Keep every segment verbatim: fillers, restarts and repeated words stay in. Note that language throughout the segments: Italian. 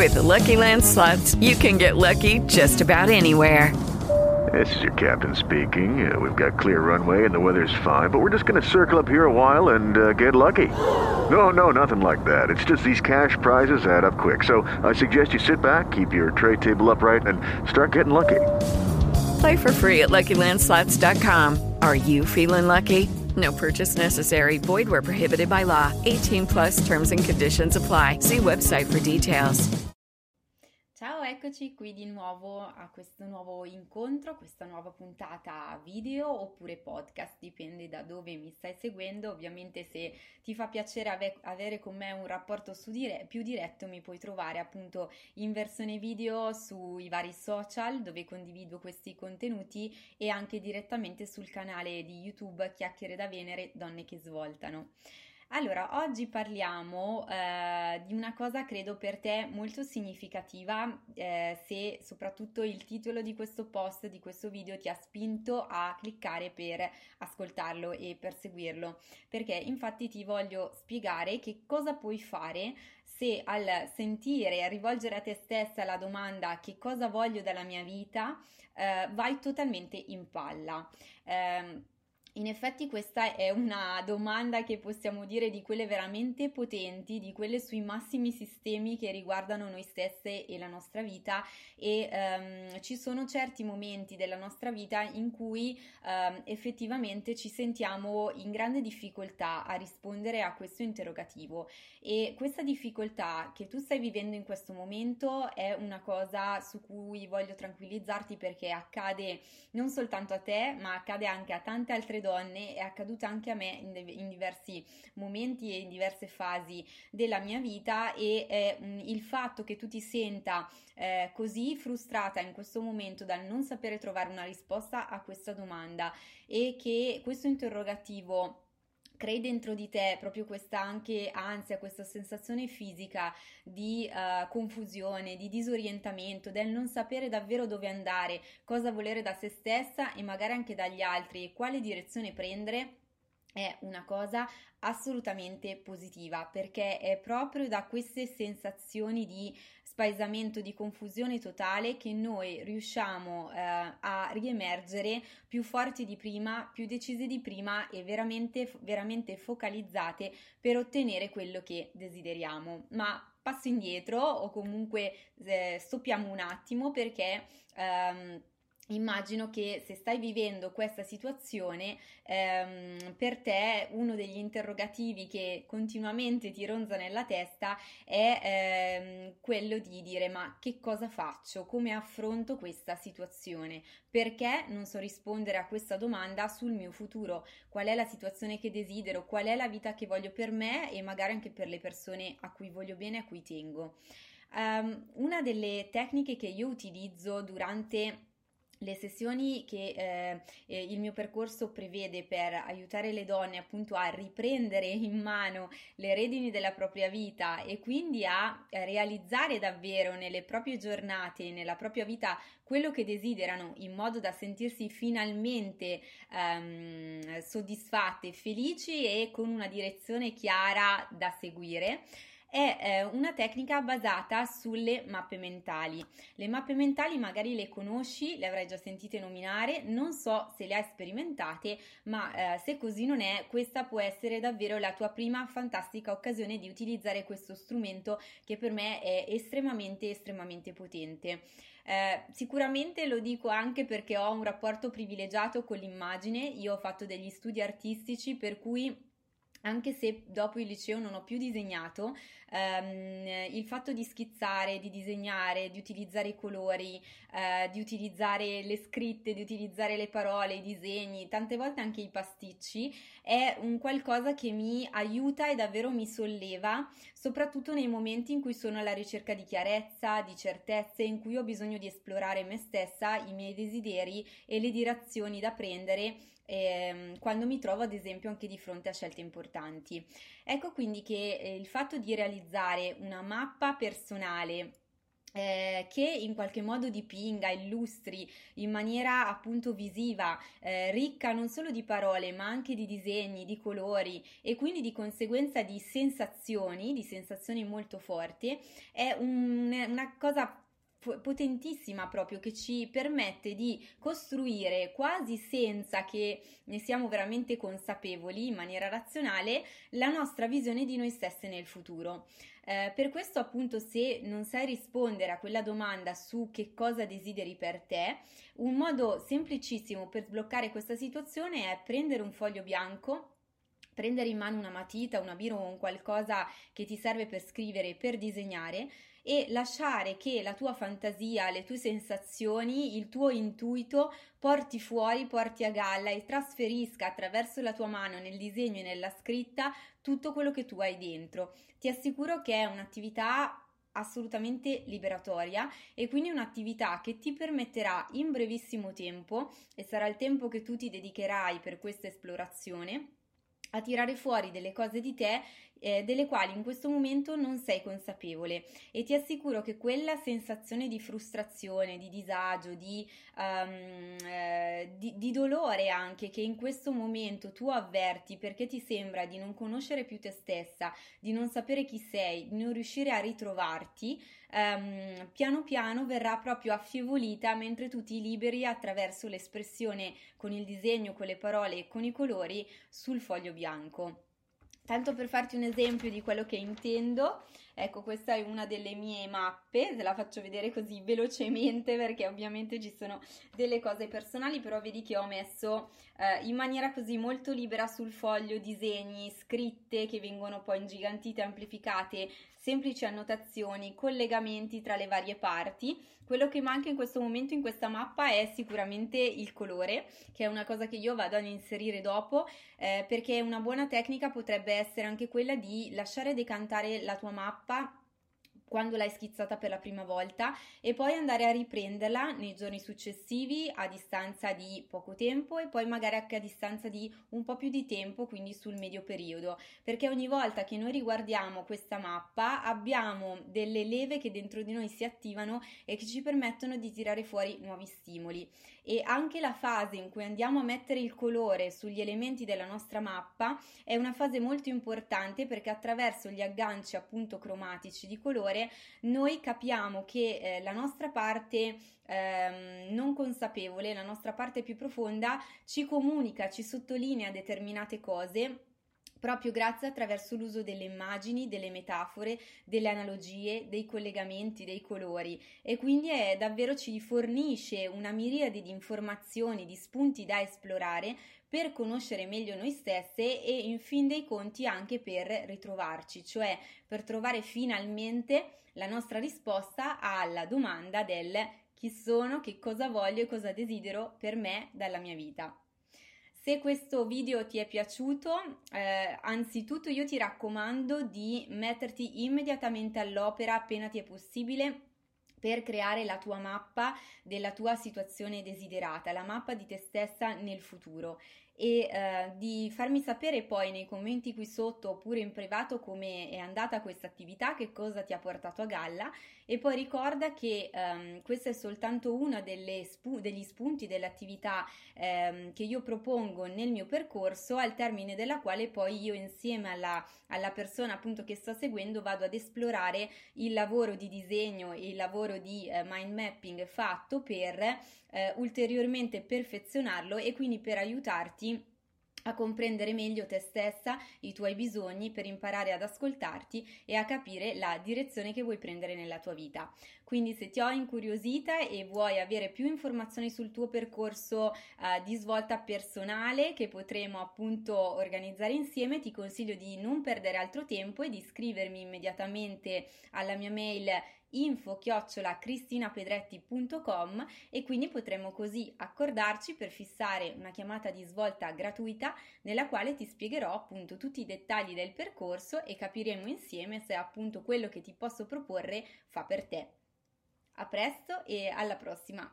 With Lucky Land Slots, you can get lucky just about anywhere. This is your captain speaking. Uh, we've got clear runway and the weather's fine, but we're just going to circle up here a while and uh, get lucky. No, no, nothing like that. It's just these cash prizes add up quick. So I suggest you sit back, keep your tray table upright, and start getting lucky. Play for free at Lucky Land Slots dot com. Are you feeling lucky? No purchase necessary. Void where prohibited by law. eighteen plus terms and conditions apply. See website for details. Ciao, eccoci qui di nuovo a questo nuovo incontro, a questa nuova puntata video oppure podcast, dipende da dove mi stai seguendo. Ovviamente se ti fa piacere ave- avere con me un rapporto su dire- più diretto, mi puoi trovare appunto in versione video sui vari social dove condivido questi contenuti e anche direttamente sul canale di YouTube Chiacchiere da Venere, Donne che svoltano. Allora, oggi parliamo eh, di una cosa credo per te molto significativa, eh, se soprattutto il titolo di questo post, di questo video ti ha spinto a cliccare per ascoltarlo e per seguirlo, perché infatti ti voglio spiegare che cosa puoi fare se al sentire e rivolgere a te stessa la domanda che cosa voglio dalla mia vita, eh, vai totalmente in palla. Eh, In effetti questa è una domanda che possiamo dire di quelle veramente potenti, di quelle sui massimi sistemi che riguardano noi stesse e la nostra vita e um, ci sono certi momenti della nostra vita in cui um, effettivamente ci sentiamo in grande difficoltà a rispondere a questo interrogativo e questa difficoltà che tu stai vivendo in questo momento è una cosa su cui voglio tranquillizzarti perché accade non soltanto a te ma accade anche a tante altre donne, è accaduta anche a me in, de- in diversi momenti e in diverse fasi della mia vita e eh, il fatto che tu ti senta eh, così frustrata in questo momento dal non sapere trovare una risposta a questa domanda e che questo interrogativo crei dentro di te proprio questa anche ansia, questa sensazione fisica di uh, confusione, di disorientamento, del non sapere davvero dove andare, cosa volere da se stessa e magari anche dagli altri e quale direzione prendere, è una cosa assolutamente positiva perché è proprio da queste sensazioni di spaesamento, di confusione totale che noi riusciamo eh, a riemergere più forti di prima, più decise di prima e veramente, veramente focalizzate per ottenere quello che desideriamo. Ma passo indietro o comunque eh, stoppiamo un attimo perché ehm, immagino che se stai vivendo questa situazione, ehm, per te uno degli interrogativi che continuamente ti ronza nella testa è ehm, quello di dire ma che cosa faccio? Come affronto questa situazione? Perché non so rispondere a questa domanda sul mio futuro? Qual è la situazione che desidero? Qual è la vita che voglio per me e magari anche per le persone a cui voglio bene, a cui tengo? Um, una delle tecniche che io utilizzo durante le sessioni che eh, eh, il mio percorso prevede per aiutare le donne appunto a riprendere in mano le redini della propria vita e quindi a eh, realizzare davvero nelle proprie giornate, nella propria vita quello che desiderano in modo da sentirsi finalmente ehm, soddisfatte, felici e con una direzione chiara da seguire. È eh, una tecnica basata sulle mappe mentali. Le mappe mentali magari le conosci, le avrai già sentite nominare, non so se le hai sperimentate, ma eh, se così non è, questa può essere davvero la tua prima fantastica occasione di utilizzare questo strumento che per me è estremamente, estremamente potente. Eh, sicuramente lo dico anche perché ho un rapporto privilegiato con l'immagine, io ho fatto degli studi artistici per cui anche se dopo il liceo non ho più disegnato, ehm, il fatto di schizzare, di disegnare, di utilizzare i colori, eh, di utilizzare le scritte, di utilizzare le parole, i disegni, tante volte anche i pasticci, è un qualcosa che mi aiuta e davvero mi solleva, soprattutto nei momenti in cui sono alla ricerca di chiarezza, di certezze, in cui ho bisogno di esplorare me stessa, i miei desideri e le direzioni da prendere ehm, quando mi trovo ad esempio anche di fronte a scelte importanti. Ecco quindi che eh, il fatto di realizzare una mappa personale Eh, che in qualche modo dipinga, illustri in maniera appunto visiva, eh, ricca non solo di parole ma anche di disegni, di colori e quindi di conseguenza di sensazioni, di sensazioni molto forti, è un, una cosa potentissima proprio, che ci permette di costruire quasi senza che ne siamo veramente consapevoli in maniera razionale la nostra visione di noi stesse nel futuro. Eh, per questo appunto, se non sai rispondere a quella domanda su che cosa desideri per te, un modo semplicissimo per sbloccare questa situazione è prendere un foglio bianco, prendere in mano una matita, una biro o un qualcosa che ti serve per scrivere, per disegnare, e lasciare che la tua fantasia, le tue sensazioni, il tuo intuito porti fuori, porti a galla e trasferisca attraverso la tua mano nel disegno e nella scritta tutto quello che tu hai dentro. Ti assicuro che è un'attività assolutamente liberatoria e quindi un'attività che ti permetterà in brevissimo tempo, e sarà il tempo che tu ti dedicherai per questa esplorazione, a tirare fuori delle cose di te eh, delle quali in questo momento non sei consapevole, e ti assicuro che quella sensazione di frustrazione, di disagio, di, um, eh, di, di dolore anche che in questo momento tu avverti perché ti sembra di non conoscere più te stessa, di non sapere chi sei, di non riuscire a ritrovarti, um, piano piano verrà proprio affievolita mentre tu ti liberi attraverso l'espressione con il disegno, con le parole e con i colori sul foglio bianco. Tanto per farti un esempio di quello che intendo, ecco, questa è una delle mie mappe, te la faccio vedere così velocemente perché ovviamente ci sono delle cose personali, però vedi che ho messo eh, in maniera così molto libera sul foglio disegni, scritte che vengono poi ingigantite, amplificate, semplici annotazioni, collegamenti tra le varie parti. Quello che manca in questo momento in questa mappa è sicuramente il colore, che è una cosa che io vado ad inserire dopo, eh, perché una buona tecnica potrebbe essere anche quella di lasciare decantare la tua mappa quando l'hai schizzata per la prima volta e poi andare a riprenderla nei giorni successivi a distanza di poco tempo e poi magari anche a distanza di un po' più di tempo, quindi sul medio periodo, perché ogni volta che noi riguardiamo questa mappa abbiamo delle leve che dentro di noi si attivano e che ci permettono di tirare fuori nuovi stimoli. E anche la fase in cui andiamo a mettere il colore sugli elementi della nostra mappa è una fase molto importante, perché attraverso gli agganci appunto cromatici di colore noi capiamo che eh, la nostra parte ehm, non consapevole, la nostra parte più profonda ci comunica, ci sottolinea determinate cose proprio grazie attraverso l'uso delle immagini, delle metafore, delle analogie, dei collegamenti, dei colori, e quindi è davvero ci fornisce una miriade di informazioni, di spunti da esplorare per conoscere meglio noi stesse e in fin dei conti anche per ritrovarci, cioè per trovare finalmente la nostra risposta alla domanda del chi sono, che cosa voglio e cosa desidero per me dalla mia vita. Se questo video ti è piaciuto, eh, anzitutto io ti raccomando di metterti immediatamente all'opera appena ti è possibile per creare la tua mappa della tua situazione desiderata, la mappa di te stessa nel futuro, e eh, di farmi sapere poi nei commenti qui sotto oppure in privato come è andata questa attività, che cosa ti ha portato a galla. E poi ricorda che um, questo è soltanto uno delle spu- degli spunti dell'attività um, che io propongo nel mio percorso, al termine della quale poi io insieme alla, alla persona appunto che sto seguendo vado ad esplorare il lavoro di disegno e il lavoro di uh, mind mapping fatto per uh, ulteriormente perfezionarlo e quindi per aiutarti a comprendere meglio te stessa, i tuoi bisogni, per imparare ad ascoltarti e a capire la direzione che vuoi prendere nella tua vita. Quindi se ti ho incuriosita e vuoi avere più informazioni sul tuo percorso eh, di svolta personale che potremo appunto organizzare insieme, ti consiglio di non perdere altro tempo e di iscrivermi immediatamente alla mia mail info chiocciola cristinapedretti punto com, e quindi potremo così accordarci per fissare una chiamata di svolta gratuita nella quale ti spiegherò appunto tutti i dettagli del percorso e capiremo insieme se appunto quello che ti posso proporre fa per te. A presto e alla prossima!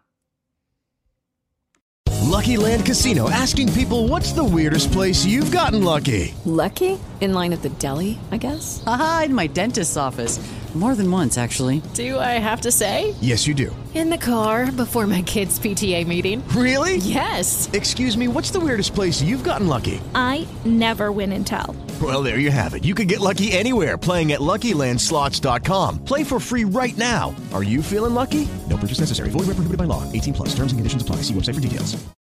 Lucky Land Casino, asking people, what's the weirdest place you've gotten lucky? Lucky? In line at the deli, I guess? Aha, in my dentist's office. More than once, actually. Do I have to say? Yes, you do. In the car before my kids' P T A meeting. Really? Yes. Excuse me, what's the weirdest place you've gotten lucky? I never win and tell. Well, there you have it. You can get lucky anywhere, playing at Lucky Land Slots dot com. Play for free right now. Are you feeling lucky? No purchase necessary. Void where prohibited by law. eighteen plus. Terms and conditions apply. See website for details.